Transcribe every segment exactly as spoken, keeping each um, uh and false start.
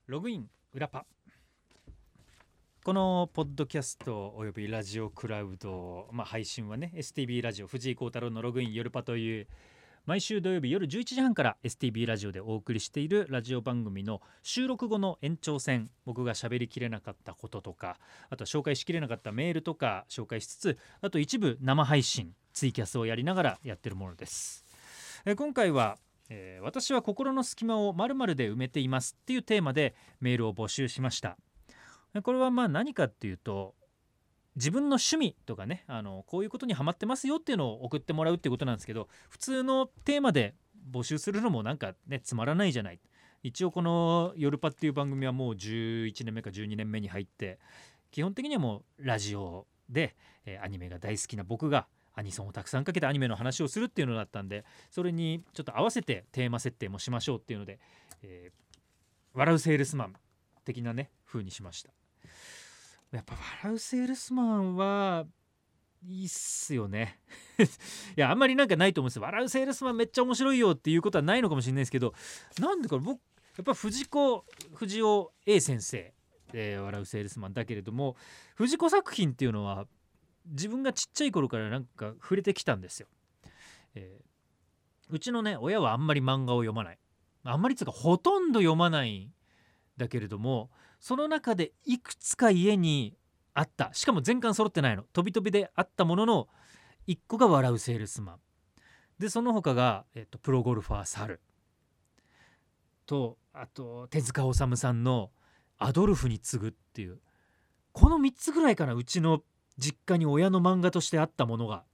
ログイン裏パ。このポッドキャストおよびラジオクラウド、まあ、配信はね エスティービー ラジオ藤井幸太郎のログイン夜パという毎週土曜日夜じゅういちじはんから エスティービー ラジオでお送りしているラジオ番組の収録後の延長戦、僕が喋りきれなかったこととか、あと紹介しきれなかったメールとか紹介しつつ、あと一部生配信ツイキャスをやりながらやってるものです。え今回はえー、私は心の隙間を〇〇で埋めていますっていうテーマでメールを募集しました。これはまあ何かっていうと、自分の趣味とかね、あのこういうことにハマってますよっていうのを送ってもらうってことなんですけど、普通のテーマで募集するのもなんかねつまらないじゃない。一応この夜パっていう番組はもうじゅういちねんめかじゅうにねんめに入って、基本的にはもうラジオで、えー、アニメが大好きな僕がアニソンをたくさんかけてアニメの話をするっていうのだったんで、それにちょっと合わせてテーマ設定もしましょうっていうので、えー、笑うセールスマン的なね風にしました。やっぱ笑うセールスマンはいいっすよねいやあんまりなんかないと思うんですよ。笑うセールスマンめっちゃ面白いよっていうことはないのかもしれないですけど、なんでか僕やっぱ藤子不二雄 A 先生で笑うセールスマンだけれども、藤子作品っていうのは自分がちっちゃい頃からなんか触れてきたんですよ。えー、うちのね親はあんまり漫画を読まない、あんまりつうかほとんど読まないんだけれども、その中でいくつか家にあった、しかも全巻揃ってないの、飛び飛びであったもののいっこが笑うセールスマンで、その他が、えっと、プロゴルファー猿と、あと手塚治虫さんのアドルフに次ぐっていう、このみっつぐらいかな、うちの実家に親の漫画としてあったものが。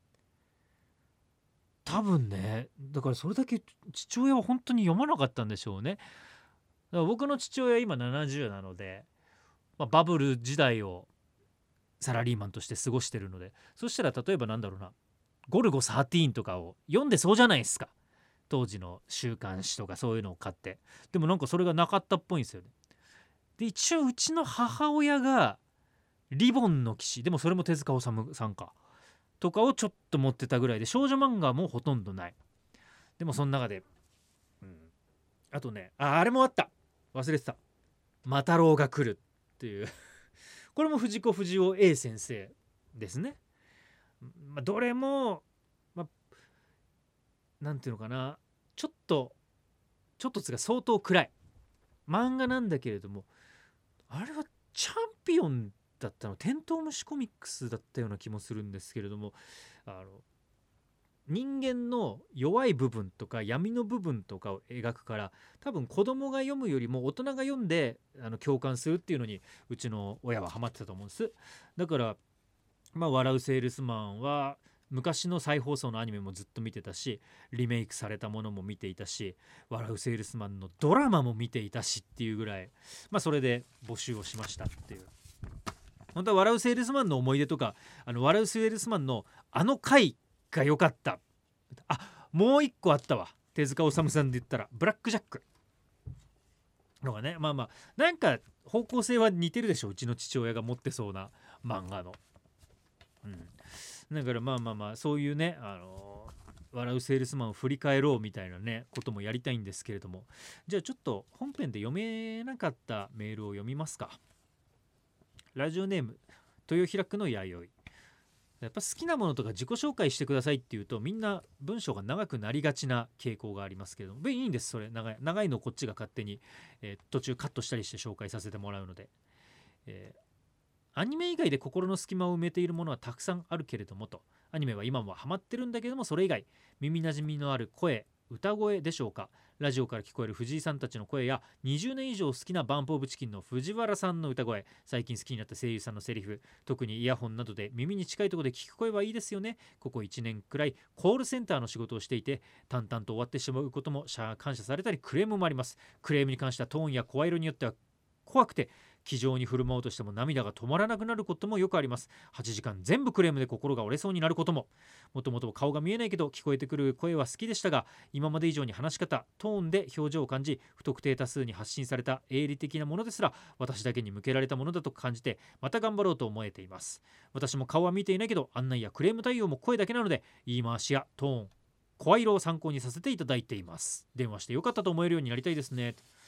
多分ね、だからそれだけ父親は本当に読まなかったんでしょうね。だから僕の父親今ななじゅうなので、まあ、バブル時代をサラリーマンとして過ごしてるので、そしたら例えばなんだろうな、ゴルゴじゅうさんとかを読んでそうじゃないですか、当時の週刊誌とかそういうのを買って。でもなんかそれがなかったっぽいんですよね。で一応うちの母親がリボンの騎士、でもそれも手塚治虫さんかとかをちょっと持ってたぐらいで、少女漫画もほとんどない。でもその中で、うん、あとね、ああれもあった、忘れてた、魔太郎が来るっていうこれも藤子不二雄 A 先生ですね。まあ、どれも、まあ、なんていうのかな、ちょっとちょっとつが相当暗い漫画なんだけれども、あれはチャンピオンだったの、テントウムシコミックスだったような気もするんですけれども、あの人間の弱い部分とか闇の部分とかを描くから、多分子供が読むよりも大人が読んであの共感するっていうのにうちの親はハマってたと思うんです。だからまあ笑うセールスマンは昔の再放送のアニメもずっと見てたし、リメイクされたものも見ていたし、笑うセールスマンのドラマも見ていたしっていうぐらい、まあそれで募集をしましたっていう。本当は笑うセールスマンの思い出とか、あの笑うセールスマンのあの回が良かった、あ、もう一個あったわ、手塚治虫さんで言ったらブラックジャックのがね、まあまあなんか方向性は似てるでしょ、うちの父親が持ってそうな漫画の。うん、だからまあまあまあそういうね、あのー、笑うセールスマンを振り返ろうみたいなねこともやりたいんですけれども、じゃあちょっと本編で読めなかったメールを読みますか。ラジオネーム豊平区の弥生。やっぱ好きなものとか自己紹介してくださいっていうとみんな文章が長くなりがちな傾向がありますけれども、いいんです、それ長い長いのこっちが勝手に、えー、途中カットしたりして紹介させてもらうので、えーアニメ以外で心の隙間を埋めているものはたくさんあるけれどもと、アニメは今もハマってるんだけども、それ以外耳なじみのある声、歌声でしょうか、ラジオから聞こえる藤井さんたちの声やにじゅうねん以上好きなバンプオブチキンの藤原さんの歌声、最近好きになった声優さんのセリフ、特にイヤホンなどで耳に近いところで聞く声はいいですよね。ここいちねんくらいコールセンターの仕事をしていて、淡々と終わってしまうことも感謝されたりクレームもあります。クレームに関してはトーンや声色によっては怖くて気丈に振る舞おうとしても涙が止まらなくなることもよくあります。はちじかん全部クレームで心が折れそうになることも。もともと顔が見えないけど聞こえてくる声は好きでしたが、今まで以上に話し方トーンで表情を感じ、不特定多数に発信された営利的なものですら私だけに向けられたものだと感じて、また頑張ろうと思えています。私も顔は見ていないけど案内やクレーム対応も声だけなので、言い回しやトーン、声色を参考にさせていただいています。電話してよかったと思えるようになりたいですね。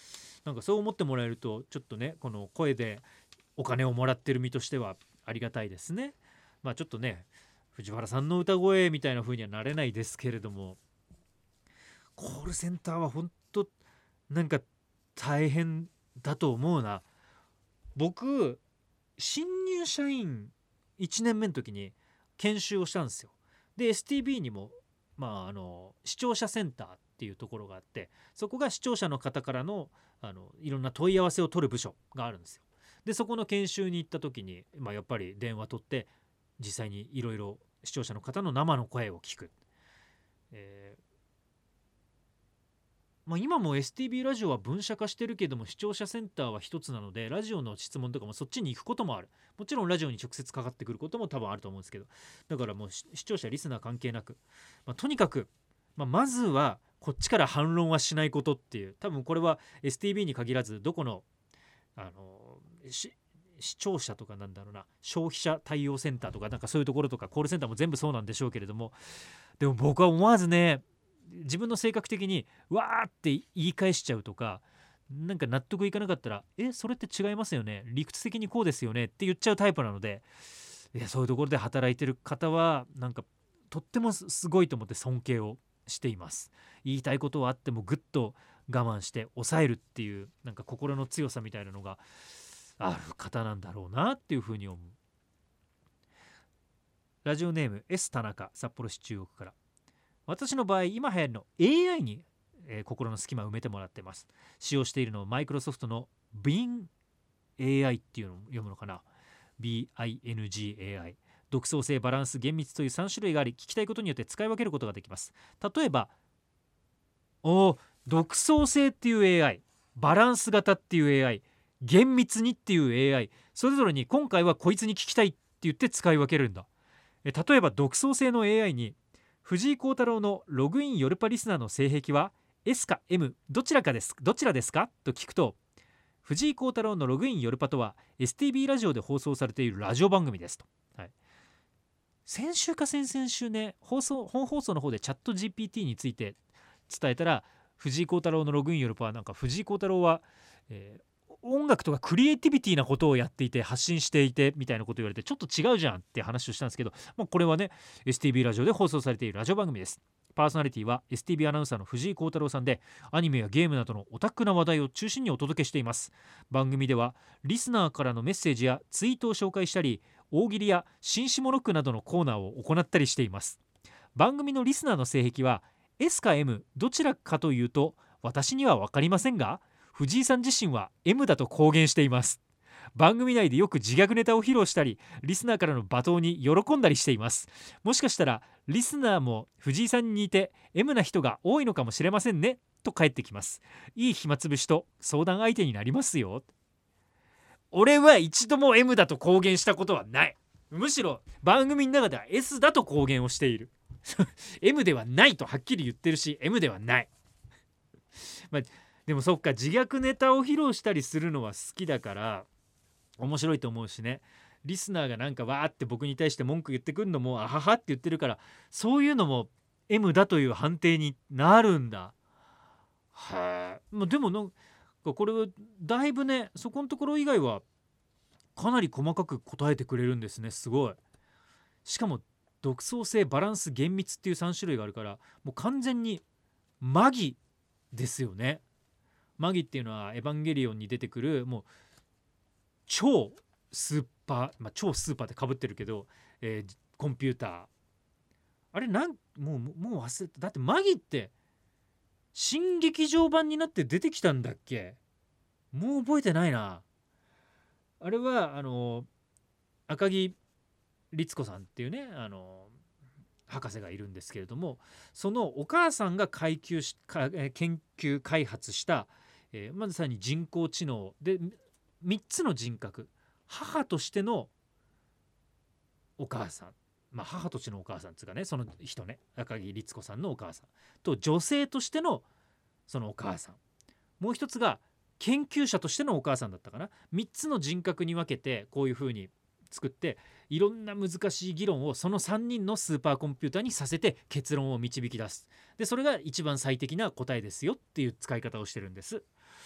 なんかそう思ってもらえるとちょっとねこの声でお金をもらってる身としてはありがたいですね。まあちょっとね藤原さんの歌声みたいな風にはなれないですけれども、コールセンターは本当なんか大変だと思うな。僕新入社員いちねんめの時に研修をしたんですよ。で エスティービー にもまああの視聴者センターっていうところがあって、そこが視聴者の方からのあのいろんな問い合わせを取る部署があるんですよ。でそこの研修に行った時に、まあ、やっぱり電話取って実際にいろいろ視聴者の方の生の声を聞く、えーまあ、今も エスティービー ラジオは分社化してるけども視聴者センターは一つなので、ラジオの質問とかもそっちに行くこともある。もちろんラジオに直接かかってくることも多分あると思うんですけど、だからもう視聴者リスナー関係なく、まあ、とにかく、まあ、まずはこっちから反論はしないことっていう、多分これは エスティービー に限らずどこのあの視聴者とかなんだろうな消費者対応センターとかなんかそういうところとかコールセンターも全部そうなんでしょうけれども、でも僕は思わずね自分の性格的にわーって言い返しちゃうとか、なんか納得いかなかったらえそれって違いますよね、理屈的にこうですよねって言っちゃうタイプなので、いやそういうところで働いてる方はなんかとってもすごいと思って尊敬をしています。言いたいことはあってもぐっと我慢して抑えるっていうなんか心の強さみたいなのがある方なんだろうなっていうふうに思う。ラジオネーム S 田中、札幌市中央区から。私の場合今流行りの エーアイ に、えー心の隙間を埋めてもらってます。使用しているのはマイクロソフトの Bing エーアイ っていうのを読むのかな、 ビーアイエヌジーエーアイ。 独創性、バランス、厳密というさん種類があり、聞きたいことによって使い分けることができます。例えばお独創性っていう エーアイ、 バランス型っていう エーアイ、 厳密にっていう エーアイ、 それぞれに今回はこいつに聞きたいって言って使い分けるんだ。え例えば独創性の エーアイ に藤井幸太郎のログインヨルパリスナーの性癖は エス か エム どちらかですどちらですかと聞くと、藤井幸太郎のログインヨルパとは エスティービー ラジオで放送されているラジオ番組ですと、はい、先週か先々週ね放送本放送の方でチャット ジーピーティー について伝えたら、藤井幸太郎のログインヨルパはなんか藤井幸太郎は、えー音楽とかクリエイティビティなことをやっていて発信していてみたいなこと言われて、ちょっと違うじゃんって話をしたんですけど、まあ、これはね エスティービー ラジオで放送されているラジオ番組です。パーソナリティは エスティービー アナウンサーの藤井幸太郎さんで、アニメやゲームなどのオタクな話題を中心にお届けしています。番組ではリスナーからのメッセージやツイートを紹介したり、大喜利や新下ロックなどのコーナーを行ったりしています。番組のリスナーの性癖は エス か エム どちらかというと私には分かりませんが、藤井さん自身は エム だと公言しています。番組内でよく自虐ネタを披露したり、リスナーからの罵倒に喜んだりしています。もしかしたらリスナーも藤井さんに似て エム な人が多いのかもしれませんねと返ってきます。いい暇つぶしと相談相手になりますよ。俺は一度も エム だと公言したことはない。むしろ番組の中では エス だと公言をしているエム ではないとはっきり言ってるし エム ではないまあでもそっか、自虐ネタを披露したりするのは好きだから面白いと思うしね、リスナーがなんかわーって僕に対して文句言ってくるのもあははって言ってるから、そういうのも エム だという判定になるんだ。はあ、でもなんかこれはだいぶねそこのところ以外はかなり細かく答えてくれるんですね。すごい。しかも独創性、バランス、厳密っていうさん種類があるから、もう完全にマギですよね。マギっていうのはエヴァンゲリオンに出てくるもう超スーパー、まあ、超スーパーってかぶってるけど、えーコンピューター、あれなんもうもう忘れた。だってマギって新劇場版になって出てきたんだっけ、もう覚えてないな。あれはあの赤木律子さんっていうねあの博士がいるんですけれども、そのお母さんが研究しか研究開発した、えー、まさに人工知能でみっつの人格、母としてのお母さん、まあ母としてのお母さんつうかね、その人ね赤木律子さんのお母さんと、女性としてのそのお母さん、もう一つが研究者としてのお母さんだったかな。みっつの人格に分けてこういう風に作って、いろんな難しい議論をそのさんにんのスーパーコンピューターにさせて結論を導き出す。でそれが一番最適な答えですよっていう使い方をしてるんです。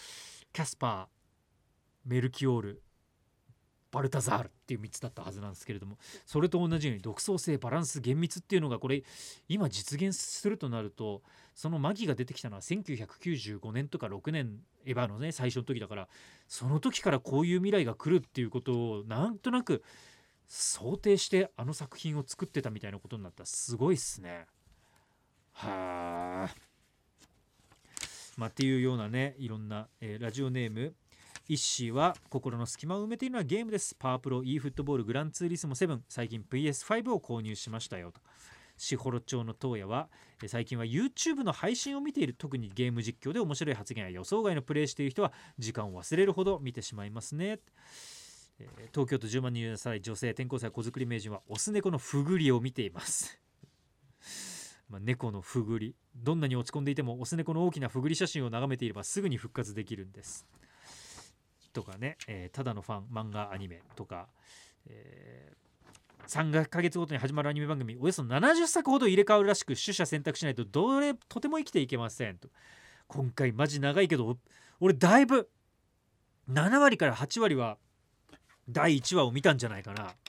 キャスパー、メルキオール、バルタザールっていうみっつだったはずなんですけれども、それと同じように独創性、バランス、厳密っていうのがこれ今実現するとなると、そのマギが出てきたのはせんきゅうひゃくきゅうじゅうごねんとかろくねん、エヴァのね最初の時だから、その時からこういう未来が来るっていうことをなんとなく想定してあの作品を作ってたみたいなことになったらすごいっすね。はあ。まあっていうようなね、いろんな、えーラジオネームイッシーは、心の隙間を埋めているのはゲームです。パワープロ、e フットボール、グランツーリスモセブン、最近 ピーエスファイブ を購入しましたよと。士幌町の東野は、えー最近は YouTube の配信を見ている。特にゲーム実況で面白い発言や予想外のプレイしている人は時間を忘れるほど見てしまいますね。えー東京都じゅうまんにん歳女性転校生子作り名人は、オス猫のふぐりを見ています。まあ、猫のふぐり、どんなに落ち込んでいてもオス猫の大きなふぐり写真を眺めていればすぐに復活できるんですとかね、えーただのファン漫画アニメとか、えー、さんかげつごとに始まるアニメ番組およそななじゅっさくほど入れ替わるらしく、取捨選択しないとどれとても生きていけませんと。今回マジ長いけど、俺だいぶななわりからはちわりはだいいちわを見たんじゃないかな。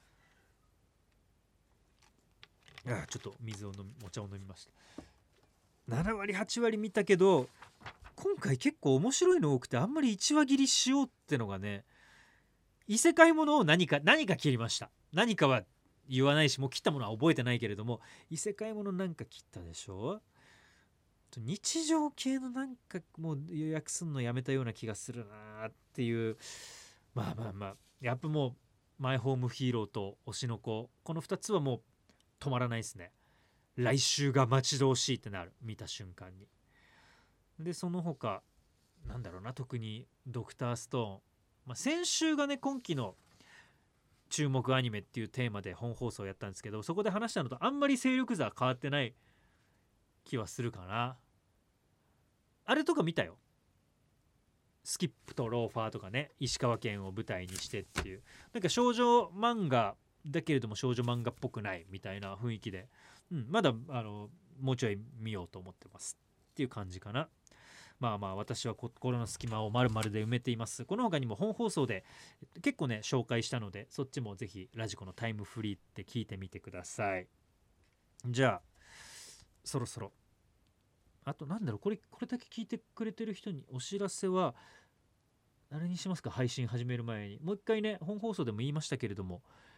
あ、ちょっと水を飲みお茶を飲みました。ななわりはちわり見たけど、今回結構面白いの多くて、あんまりいちわ切りしようってのがね、異世界ものを何か何か切りました。何かは言わないし、もう切ったものは覚えてないけれども、異世界ものなんか切ったでしょ。日常系のなんかもう予約すんのやめたような気がするなっていう。まあまあまあ、やっぱもうマイホームヒーローと推しの子、このふたつはもう止まらないですね。来週が待ち遠しいってなる、見た瞬間に。でその他なんだろうな、特にドクターストーン、まあ、先週がね今期の注目アニメっていうテーマで本放送やったんですけど、そこで話したのとあんまり勢力図は変わってない気はするかな。あれとか見たよ、スキップとローファーとかね、石川県を舞台にしてっていう、なんか少女漫画だけれども少女漫画っぽくないみたいな雰囲気で、うん、まだあのもうちょい見ようと思ってますっていう感じかな。まあまあ私は心の隙間を丸々で埋めています。この他にも本放送で結構ね紹介したので、そっちもぜひラジコのタイムフリーって聞いてみてください。じゃあそろそろ、あとなんだろう、これこれだけ聞いてくれてる人にお知らせはあれにしますか。配信始める前にもう一回ね、本放送でも言いましたけれども、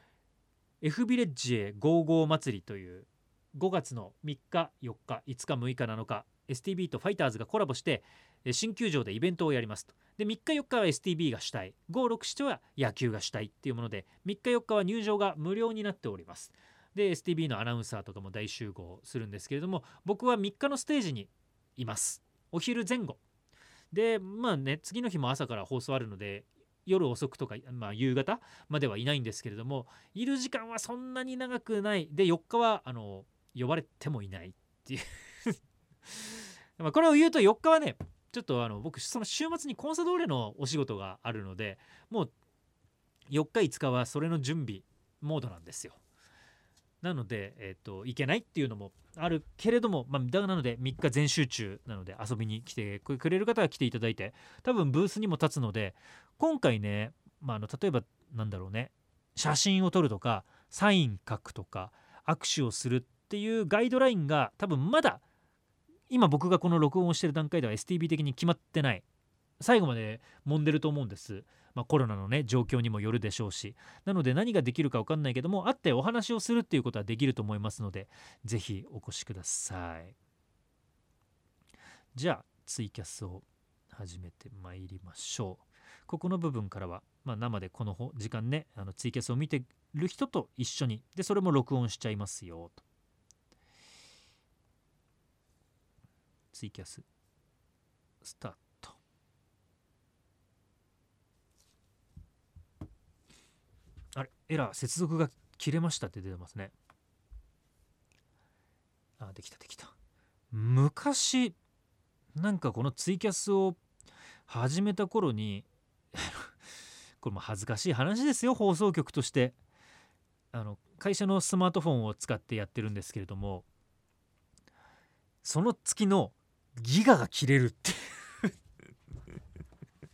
F ビレッジへゴーゴー祭りというごがつのみっかよっかいつかむいかなのか エスティービー とファイターズがコラボして新球場でイベントをやりますと。でみっかよっかは エスティービー が主体、ご、ろく、しちは野球が主体っていうもので、みっかよっかは入場が無料になっております。で エスティービー のアナウンサーとかも大集合するんですけれども、僕はみっかのステージにいます。お昼前後で、まあね次の日も朝から放送あるので夜遅くとか、まあ、夕方まではいないんですけれども、いる時間はそんなに長くないで、よっかはあの呼ばれてもいないっていうまあこれを言うとよっかはね、ちょっとあの僕その週末にコンサドーレのお仕事があるので、もうよっかいつかはそれの準備モードなんですよ。なので、えー、と行けないっていうのもあるけれども、まあ、だなのでみっか全集中なので遊びに来てくれる方は来ていただいて、多分ブースにも立つので、今回ね、まあ、あの例えばなんだろうね、写真を撮るとかサイン書くとか握手をするっていうガイドラインが多分まだ今僕がこの録音をしてる段階では エスティービー 的に決まってない、最後まで揉んでると思うんです。まあ、コロナのね状況にもよるでしょうし、なので何ができるか分かんないけども、会ってお話をするっていうことはできると思いますので、ぜひお越しください。じゃあツイキャスを始めてまいりましょう。ここの部分からは、まあ、生でこの時間ね、あのツイキャスを見てる人と一緒に、でそれも録音しちゃいますよと。ツイキャススタート。あれ、エラー、接続が切れましたって出てますね。あ、できたできた。昔なんかこのツイキャスを始めた頃にこれも恥ずかしい話ですよ、放送局としてあの会社のスマートフォンを使ってやってるんですけれども、その月のギガが切れるって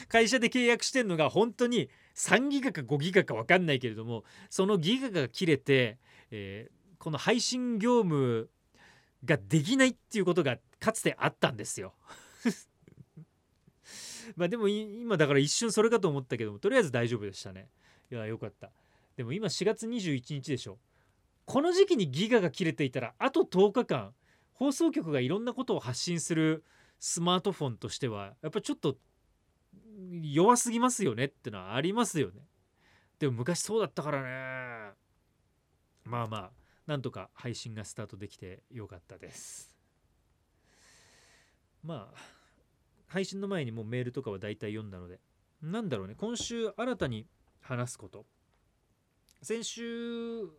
会社で契約してんのが本当にさんギガかごギガか分かんないけれども、そのギガが切れて、えーこの配信業務ができないっていうことがかつてあったんですよ。まあでも今だから一瞬それかと思ったけども、とりあえず大丈夫でしたね。いやよかった。でも今しがつにじゅういちにちでしょ。この時期にギガが切れていたらあととおかかん放送局がいろんなことを発信するスマートフォンとしてはやっぱちょっと弱すぎますよねってのはありますよね。でも昔そうだったからね。まあまあなんとか配信がスタートできてよかったです。まあ配信の前にもうメールとかは大体読んだので、なんだろうね、今週新たに話すこと、先週、うん、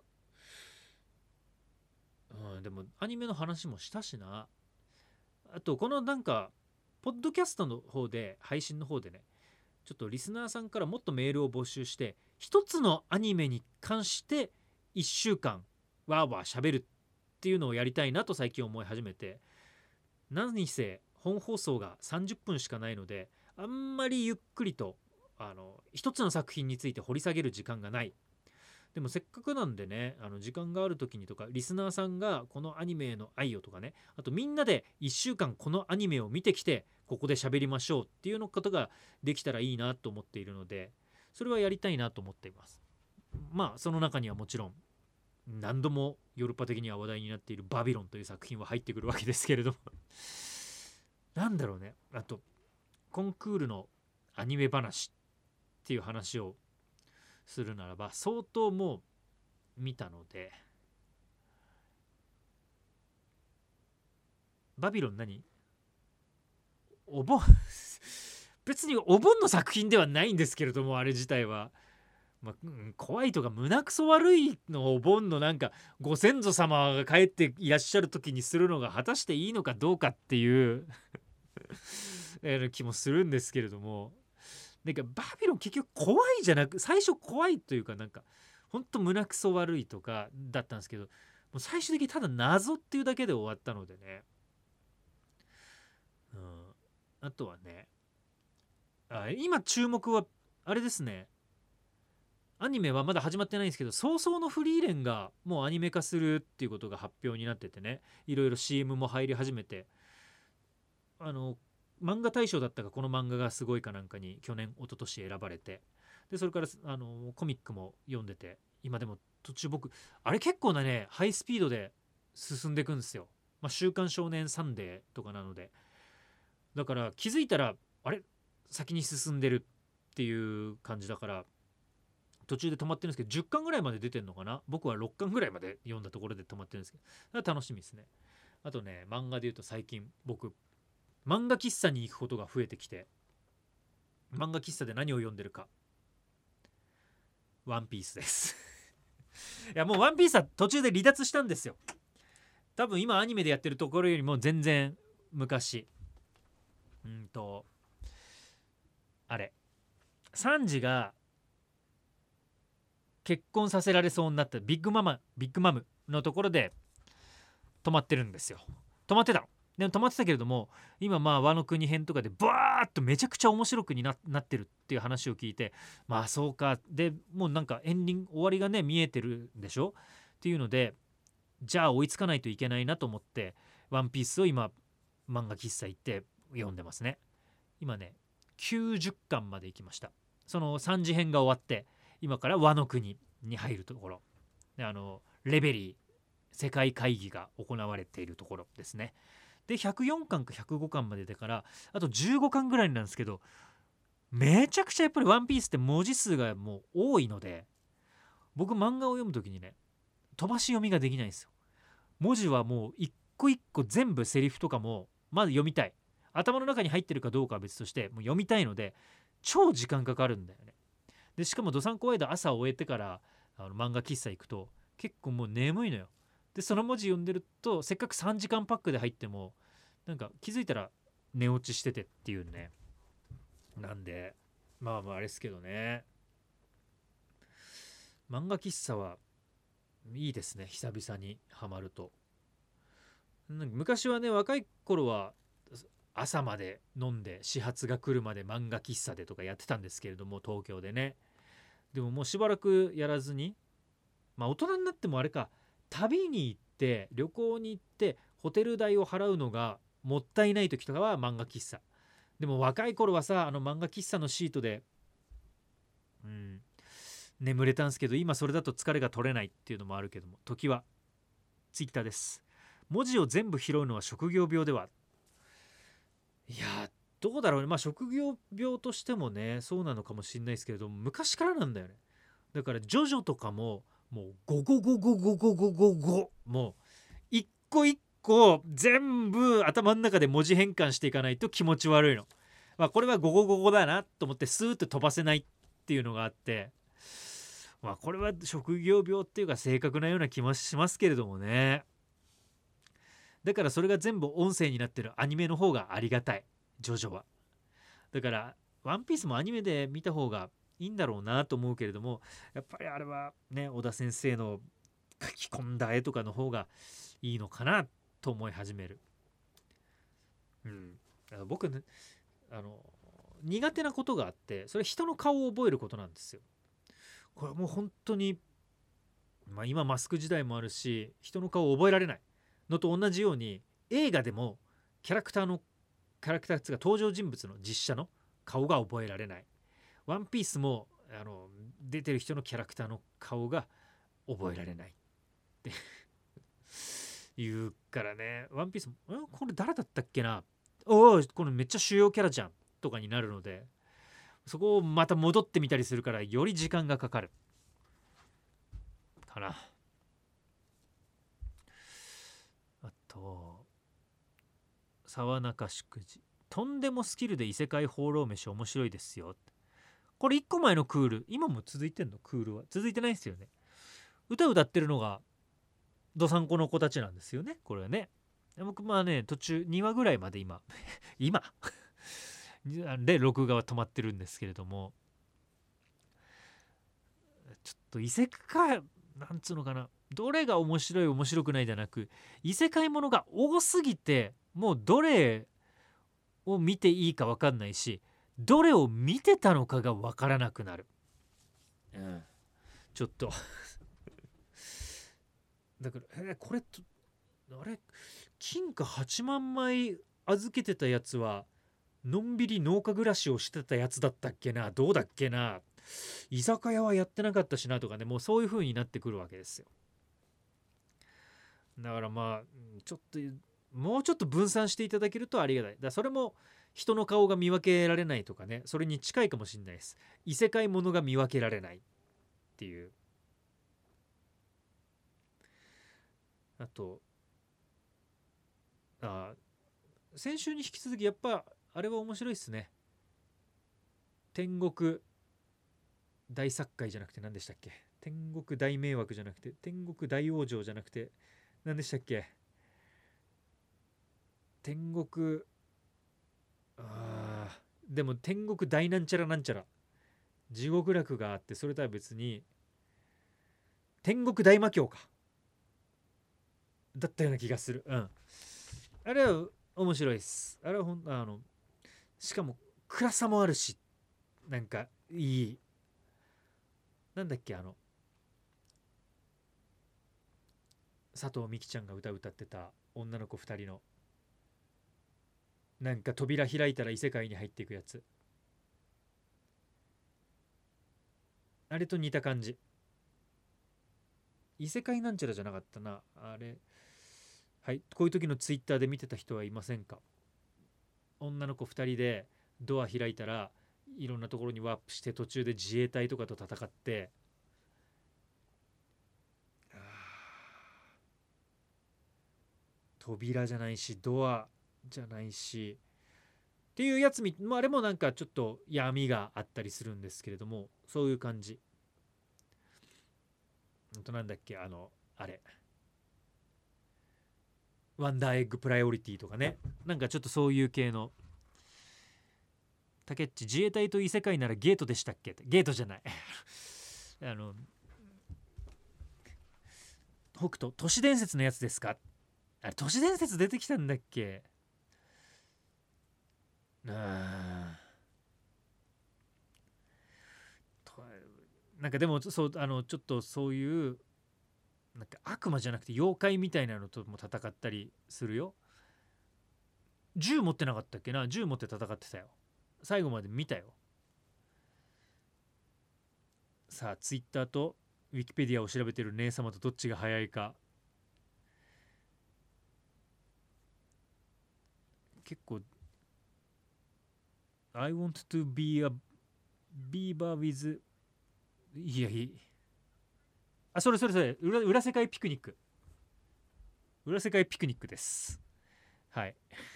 でもアニメの話もしたしな。あとこのなんかポッドキャストの方で配信の方でね、ちょっとリスナーさんからもっとメールを募集して、一つのアニメに関していっしゅうかんわーわーしゃべるっていうのをやりたいなと最近思い始めて、何せ本放送がさんじゅっぷんしかないので、あんまりゆっくりとあの一つの作品について掘り下げる時間がない。でもせっかくなんでね、あの時間がある時にとか、リスナーさんがこのアニメへの愛をとかね、あとみんなでいっしゅうかんこのアニメを見てきてここで喋りましょうっていうのことができたらいいなと思っているので、それはやりたいなと思っています。まあその中にはもちろん何度もヨーロッパ的には話題になっているバビロンという作品は入ってくるわけですけれどもなんだろうね、あとコンクールのアニメ話っていう話をするならば相当もう見たので、バビロン何お盆別にお盆の作品ではないんですけれども、あれ自体は、まあうん、怖いとか胸くそ悪いのお盆のなんかご先祖様が帰っていらっしゃる時にするのが果たしていいのかどうかっていう気もするんですけれども、なんかバビロン結局怖いじゃなく、最初怖いというかなんかほんと胸くそ悪いとかだったんですけど、もう最終的にただ謎っていうだけで終わったのでね、うん、あとはね、あ今注目はあれですね、アニメはまだ始まってないんですけど、早々のフリーレンがもうアニメ化するっていうことが発表になっててね、いろいろ シーエム も入り始めて、あの漫画大賞だったかこの漫画がすごいかなんかに去年一昨年選ばれて、でそれからあのコミックも読んでて、今でも途中僕あれ結構なねハイスピードで進んでいくんですよ。まあ、週刊少年サンデーとかなので、だから気づいたらあれ先に進んでるっていう感じだから途中で止まってるんですけど、じゅっかんぐらいまで出てんのかな。僕はろっかんぐらいまで読んだところで止まってるんですけど、楽しみですね。あとね、漫画で言うと最近僕漫画喫茶に行くことが増えてきて、漫画喫茶で何を読んでるか、ワンピースですいやもうワンピースは途中で離脱したんですよ。多分今アニメでやってるところよりも全然昔、うんとあれサンジが結婚させられそうになったビッグママビッグマムのところで止まってるんですよ。止まってたの。でも止まってたけれども、今まあ和の国編とかでバーッとめちゃくちゃ面白くに な, なってるっていう話を聞いて、まあそうか、でもうなんかエンディング終わりがね見えてるんでしょっていうので、じゃあ追いつかないといけないなと思ってワンピースを今漫画喫茶行って読んでますね。今ねきゅうじゅっかんまで行きました。そのさんじ編が終わって今から和の国に入るところで、あのレベリー世界会議が行われているところですね。でひゃくよんかんかひゃくごかんまでだからあとじゅうごかんぐらいなんですけど、めちゃくちゃやっぱりワンピースって文字数がもう多いので、僕漫画を読む時にね飛ばし読みができないんですよ。文字はもう一個一個全部セリフとかもまず読みたい、頭の中に入ってるかどうかは別としてもう読みたいので超時間かかるんだよね。でしかもどさんこワイド朝終えてからあの漫画喫茶行くと結構もう眠いのよ。でその文字読んでるとせっかくさんじかんパックで入ってもなんか気づいたら寝落ちしててっていうね。なんでまあまああれですけどね、漫画喫茶はいいですね、久々にハマると。昔はね若い頃は朝まで飲んで始発が来るまで漫画喫茶でとかやってたんですけれども、東京でね。でももうしばらくやらずに、まあ大人になってもあれか、旅に行って旅行に行ってホテル代を払うのがもったいない時とかは漫画喫茶。でも若い頃はさ、あの漫画喫茶のシートでうん眠れたんすけど、今それだと疲れが取れないっていうのもあるけども、時はツイッターです。文字を全部拾うのは職業病では。いやどうだろうね。まあ職業病としてもねそうなのかもしれないですけれども、昔からなんだよね。だからジョジョとかももうゴゴゴゴゴゴゴゴゴ、もう一個一個全部頭の中で文字変換していかないと気持ち悪いの。まあこれはゴゴゴゴだなと思ってスーッと飛ばせないっていうのがあって、まあこれは職業病っていうか正確なような気もしますけれどもね。だからそれが全部音声になってるアニメの方がありがたい、ジョジョは。だからワンピースもアニメで見た方がいいんだろうなと思うけれども、やっぱりあれはね小田先生の書き込んだ絵とかの方がいいのかなと思い始める。うん、僕ねあの苦手なことがあって、それ人の顔を覚えることなんですよ。これはもう本当に、まあ、今マスク時代もあるし人の顔を覚えられないのと同じように、映画でもキャラクターのキャラクターが登場人物の実写の顔が覚えられない。ワンピースもあの出てる人のキャラクターの顔が覚えられないって言うからね。ワンピースもんこれ誰だったっけな、おおこれめっちゃ主要キャラじゃんとかになるので、そこをまた戻ってみたりするからより時間がかかるかな。あと沢中祝辞、とんでもスキルで異世界放浪飯面白いですよ。これいっこまえのクール、今も続いてんの？クールは続いてないですよね。歌歌ってるのがどさんこの子たちなんですよね、これはね。僕まあね途中にわぐらいまで今今で録画は止まってるんですけれども、ちょっと異世界なんつうのかな、どれが面白い面白くないじゃなく、異世界ものが多すぎてもうどれを見ていいか分かんないし、どれを見てたのかが分からなくなる。うん、ちょっとだから、えー、これとあれ金貨はちまんまい預けてたやつはのんびり農家暮らしをしてたやつだったっけな、どうだっけな、居酒屋はやってなかったしなとかね、もうそういう風になってくるわけですよ。だからまあちょっともうちょっと分散していただけるとありがたい。だからそれも人の顔が見分けられないとかね、それに近いかもしれないです。異世界ものが見分けられないっていう。あとあ先週に引き続きやっぱあれは面白いっすね。天国大殺界じゃなくて何でしたっけ、天国大迷惑じゃなくて天国大往生じゃなくて何でしたっけ、天国あーでも天国大なんちゃらなんちゃら、地獄楽があって、それとは別に天国大魔教かだったような気がする。うんあれは面白いです。あれはほんあのしかも暗さもあるし、なんかいい、なんだっけあの佐藤美希ちゃんが歌歌ってた女の子ふたりのなんか扉開いたら異世界に入っていくやつ、あれと似た感じ。異世界なんちゃらじゃなかったなあれ。はい、こういう時のツイッターで見てた人はいませんか？女の子ふたりでドア開いたらいろんなところにワープして、途中で自衛隊とかと戦って、扉じゃないしドアじゃないしっていうやつみ、まあ、あれもなんかちょっと闇があったりするんですけれども、そういう感じ。ほんとなんだっけあのあれワンダーエッグプライオリティとかね、なんかちょっとそういう系の。竹内自衛隊と異世界ならゲートでしたっけ、ゲートじゃないあの北斗都市伝説のやつですか、あれ都市伝説出てきたんだっけ。 あとなんかでもそうあのちょっとそういうなんか悪魔じゃなくて妖怪みたいなのとも戦ったりするよ。銃持ってなかったっけな。銃持って戦ってたよ。最後まで見たよ。さあツイッターとウィキペディアを調べてる姉様とどっちが早いか。結構 I want to be a beaver with いやいいあそれそれそれ 裏, 裏世界ピクニック裏世界ピクニックです。はい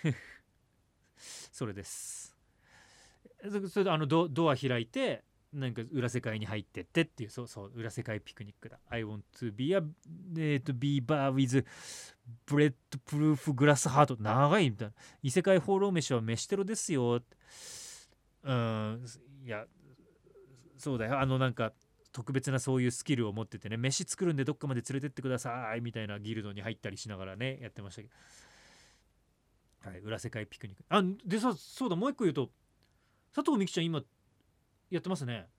それです。それであの ド, ドア開いてなんか裏世界に入ってってっていうそうそう裏世界ピクニックだ。 I want to be a、えー、と beaver with bread proof glass heart 長いみたいな。異世界放浪飯は飯テロですよ。うんいやそうだよ。あのなんか特別なそういうスキルを持っててね、飯作るんでどっかまで連れてってくださいみたいなギルドに入ったりしながらねやってましたけど、はい、裏世界ピクニック。あでさそうだもう一個言うと佐藤美希ちゃん今やってますね。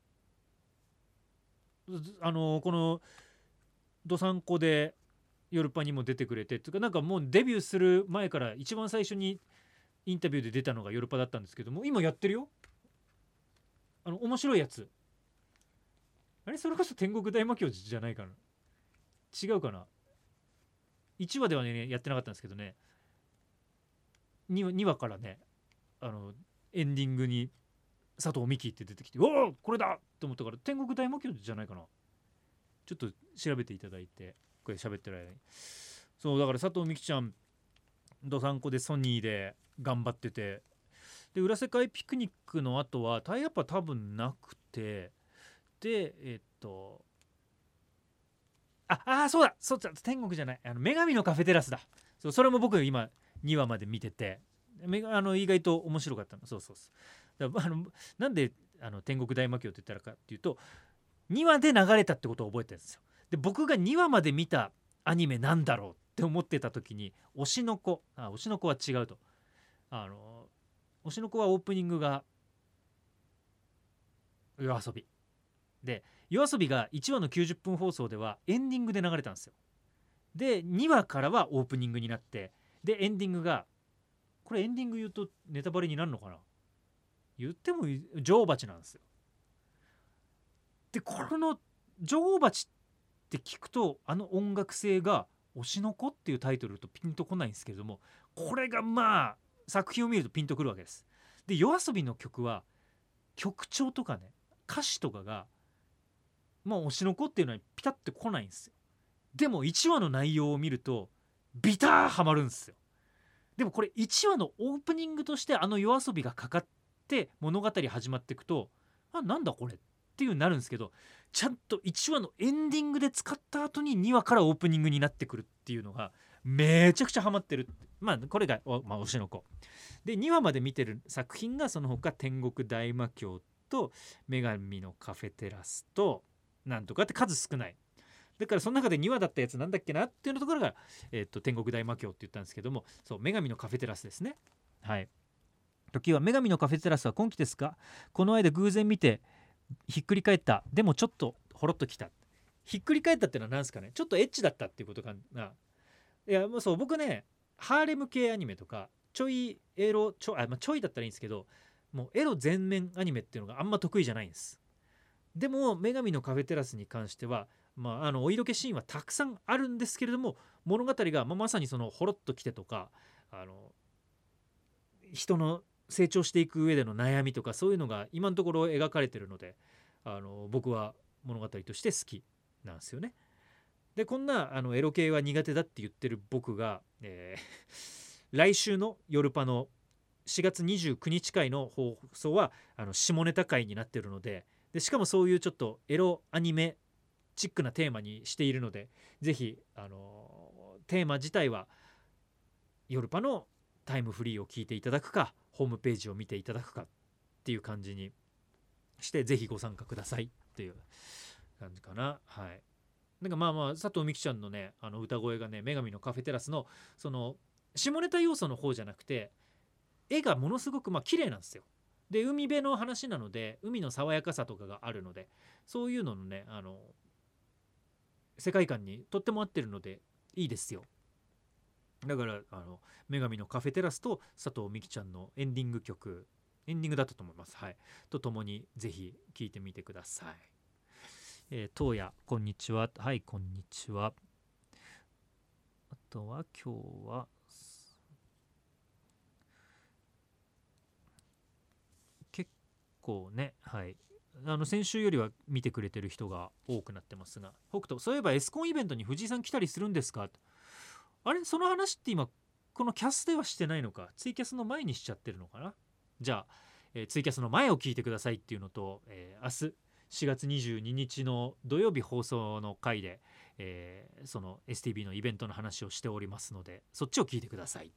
あのこのどさんこでヨルパにも出てくれてっていうかなんかもうデビューする前から一番最初にインタビューで出たのがヨルパだったんですけども今やってるよ。あの面白いやつ。あれそれこそ天国大魔教じゃないかな。違うかな。いちわではねやってなかったんですけどね 2, 話にわからねあのエンディングに佐藤美希って出てきておおこれだと思ったから天国大魔教じゃないかな。ちょっと調べていただいてこれ喋ってる間にそうだから佐藤美希ちゃんどさんこでソニーで頑張っててで裏世界ピクニックの後はタイアップは多分なくてでえっとああそうだそうだ天国じゃないあの女神のカフェテラスだ。そうそれも僕今にわまで見ててめあの意外と面白かったの。そうそうそうだあのなんであの天国大魔教って言ったらかっていうとにわで流れたってことを覚えてるんですよ。で僕がにわまで見たアニメなんだろうって思ってた時に推しの子あ推しの子は違うとあの推しの子はオープニングが夜遊びで夜遊びがいちわのきゅうじゅっぷん放送ではエンディングで流れたんですよ。でにわからはオープニングになってでエンディングがこれエンディング言うとネタバレになるのかな。言っても女王蜂なんですよ。でこの女王蜂って聞くとあの音楽性が推しの子っていうタイトルとピンとこないんですけれどもこれがまあ作品を見るとピンとくるわけです。で夜遊びの曲は曲調とかね歌詞とかがまあ推しの子っていうのはピタッてこないんですよ。でもいちわの内容を見るとビターハマるんですよ。でもこれいちわのオープニングとしてあの夜遊びがかかって物語始まっていくとあなんだこれっていう風になるんですけどちゃんといちわのエンディングで使った後ににわからオープニングになってくるっていうのがめちゃくちゃハマってる。まあこれがお、まあ、推しの子でにわまで見てる作品がその他天国大魔教と女神のカフェテラスとなんとかって数少ないだからその中でにわだったやつなんだっけなっていうところが、えー、と天国大魔教って言ったんですけどもそう女神のカフェテラスですね。はい時は女神のカフェテラスは今期ですか。この間偶然見てひっくり返ったでもちょっとほろっときた。ひっくり返ったっていうのは何ですかね。ちょっとエッチだったっていうことかな。いやもうそう僕ねハーレム系アニメとかちょいエロちょあ、まあ、ちょいだったらいいんですけどもうエロ全面アニメっていうのがあんま得意じゃないんです。でも女神のカフェテラスに関してはまあ、あのお色気シーンはたくさんあるんですけれども物語が、まあ、まさにそのほろっときてとかあの人の成長していく上での悩みとかそういうのが今のところ描かれてるのであの僕は物語として好きなんですよね。でこんなあのエロ系は苦手だって言ってる僕が、えー、来週の夜パのしがつにじゅうくにち回の放送はあの下ネタ回になってるので、でしかもそういうちょっとエロアニメチックなテーマにしているのでぜひあのテーマ自体はヨルパのタイムフリーを聞いていただくかホームページを見ていただくかっていう感じにしてぜひご参加くださいっていう感じかな。はいなんかまあまあ佐藤美希ちゃんのねあの歌声がね女神のカフェテラスのその下ネタ要素の方じゃなくて絵がものすごくまあ綺麗なんですよ。で海辺の話なので海の爽やかさとかがあるので、そういうののねあの世界観にとっても合ってるのでいいですよ。だからあの女神のカフェテラスと佐藤美希ちゃんのエンディング曲、エンディングだったと思います、はい、とともにぜひ聴いてみてください。えー、東野こんにちは。はい、こんにちは。あとは今日は結構ね、はい、あの先週よりは見てくれてる人が多くなってますが、北斗そういえばエスコンイベントに藤井さん来たりするんですか。あれその話って今このキャスではしてないのか、ツイキャスの前にしちゃってるのかな。じゃあ、えーツイキャスの前を聞いてくださいっていうのと、えー明日しがつにじゅうににちの土曜日放送の回で、えーその エスティービー のイベントの話をしておりますので、そっちを聞いてください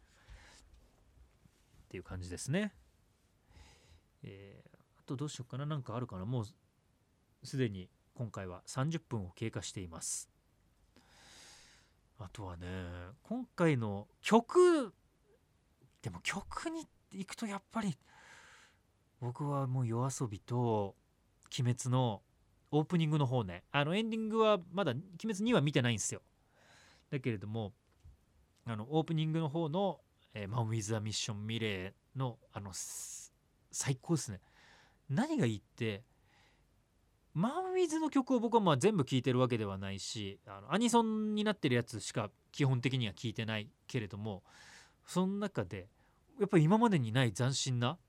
っていう感じですね。えーあとどうしようかな、なんかあるかな。もうすでに今回はさんじゅっぷんを経過しています。あとはね、今回の曲でも曲に行くとやっぱり僕はもう夜遊びと鬼滅のオープニングの方ね、あのエンディングはまだ鬼滅には見てないんですよ。だけれどもあのオープニングの方の「えー、マン・ウィズ・ア・ミッション・ミレーの」あの最高ですね。何がいいってマン・ウィズの曲を僕はまあ全部聴いてるわけではないし、あのアニソンになってるやつしか基本的には聴いてないけれども、その中でやっぱり今までにない斬新な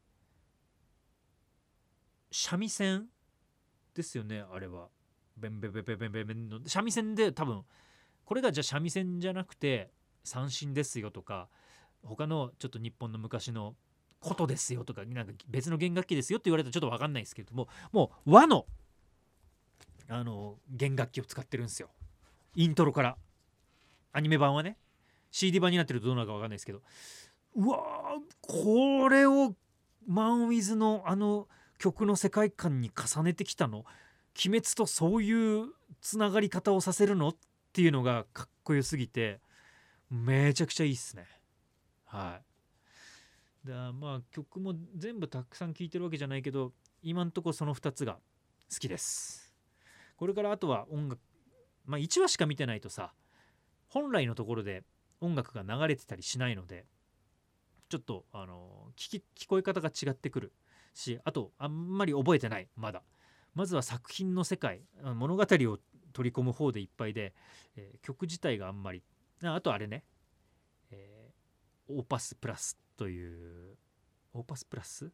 三味線ですよね、あれは。ベンベンベンベンベンベンベンの三味線で、多分これがじゃあ三味線じゃなくて三線ですよとか、他のちょっと日本の昔の琴ですよとか、なんか別の弦楽器ですよって言われたらちょっと分かんないですけれども、もう和のあの弦楽器を使ってるんですよ、イントロから。アニメ版はね シーディー 版になってるとどうなるか分かんないですけど、うわーこれをマン・ウィズのあの曲の世界観に重ねてきたの、鬼滅とそういうつながり方をさせるのっていうのがかっこよすぎてめちゃくちゃいいっすね。はいだまあ曲も全部たくさん聴いてるわけじゃないけど、今んとこそのふたつが好きです。これからあとは音楽、まあいちわしか見てないとさ、本来のところで音楽が流れてたりしないので、ちょっとあの聞き聞こえ方が違ってくるし、あとあんまり覚えてない。まだまずは作品の世界、物語を取り込む方でいっぱいで、えー曲自体があんまり、ああとあれね、えーオーパスプラスというオーパスプラス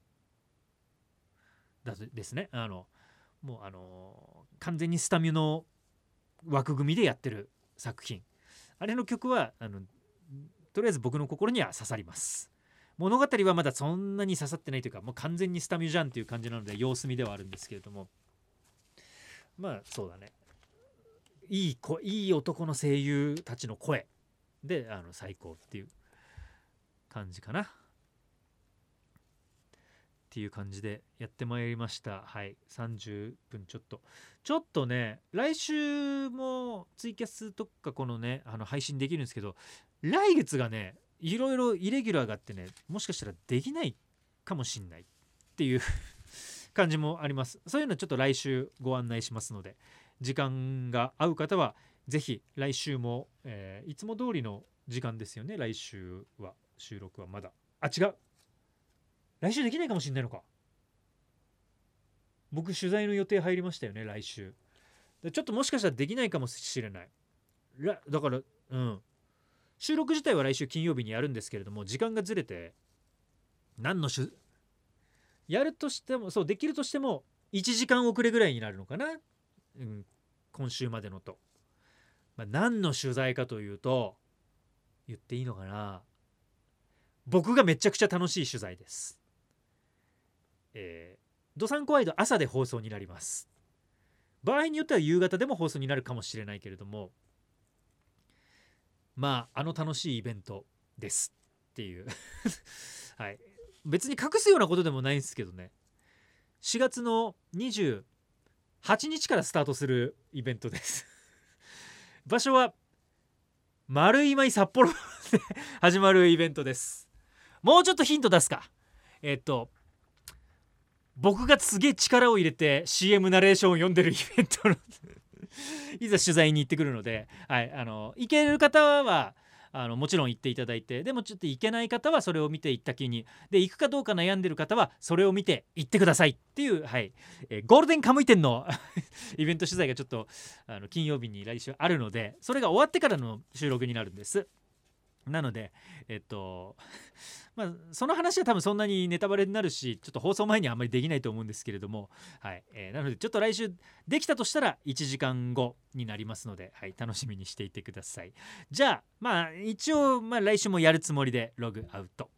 だですね。あのもうあの完全にスタミュの枠組みでやってる作品、あれの曲はあのとりあえず僕の心には刺さります。物語はまだそんなに刺さってないというか、もう完全にスタミュじゃんっていう感じなので様子見ではあるんですけれども、まあそうだね、いい子いい男の声優たちの声であの最高っていう感じかなっていう感じでやってまいりました。はい、さんじゅっぷんちょっとちょっとね、来週もツイキャスとかこのねあの配信できるんですけど、来月がねいろいろイレギュラーがあってね、もしかしたらできないかもしんないっていう感じもあります。そういうのちょっと来週ご案内しますので、時間が合う方はぜひ来週も、えーいつも通りの時間ですよね。来週は収録はまだあ違う来週できないかもしれないのか。僕取材の予定入りましたよね、来週。でちょっともしかしたらできないかもしれない。らだからうん収録自体は来週金曜日にやるんですけれども、時間がずれて、何のしやるとしても、そうできるとしてもいちじかん遅れぐらいになるのかな、うん、今週までのと、まあ、何の取材かというと、言っていいのかな、僕がめちゃくちゃ楽しい取材です。えー、ドサンコワイド朝で放送になります。場合によっては夕方でも放送になるかもしれないけれども、まああの楽しいイベントですっていうはい別に隠すようなことでもないんですけどね、しがつのにじゅうはちにちからスタートするイベントです場所は丸今井札幌で始まるイベントです。 もうちょっとヒント出すか。えっと僕がすげえ力を入れて シーエム ナレーションを読んでるイベントのいざ取材に行ってくるので、はい、あの行ける方はあのもちろん行っていただいて、でもちょっと行けない方はそれを見て行った気に、で行くかどうか悩んでる方はそれを見て行ってくださいっていう、はい、えーゴールデンカムイ店のイベント取材がちょっとあの金曜日に来週あるので、それが終わってからの収録になるんです。なのでえっとまあその話は多分そんなにネタバレになるし、ちょっと放送前にはあんまりできないと思うんですけれども、はい、えーなのでちょっと来週できたとしたらいちじかんごになりますので、はい、楽しみにしていてください。じゃあまあ一応、まあ、来週もやるつもりでログアウト。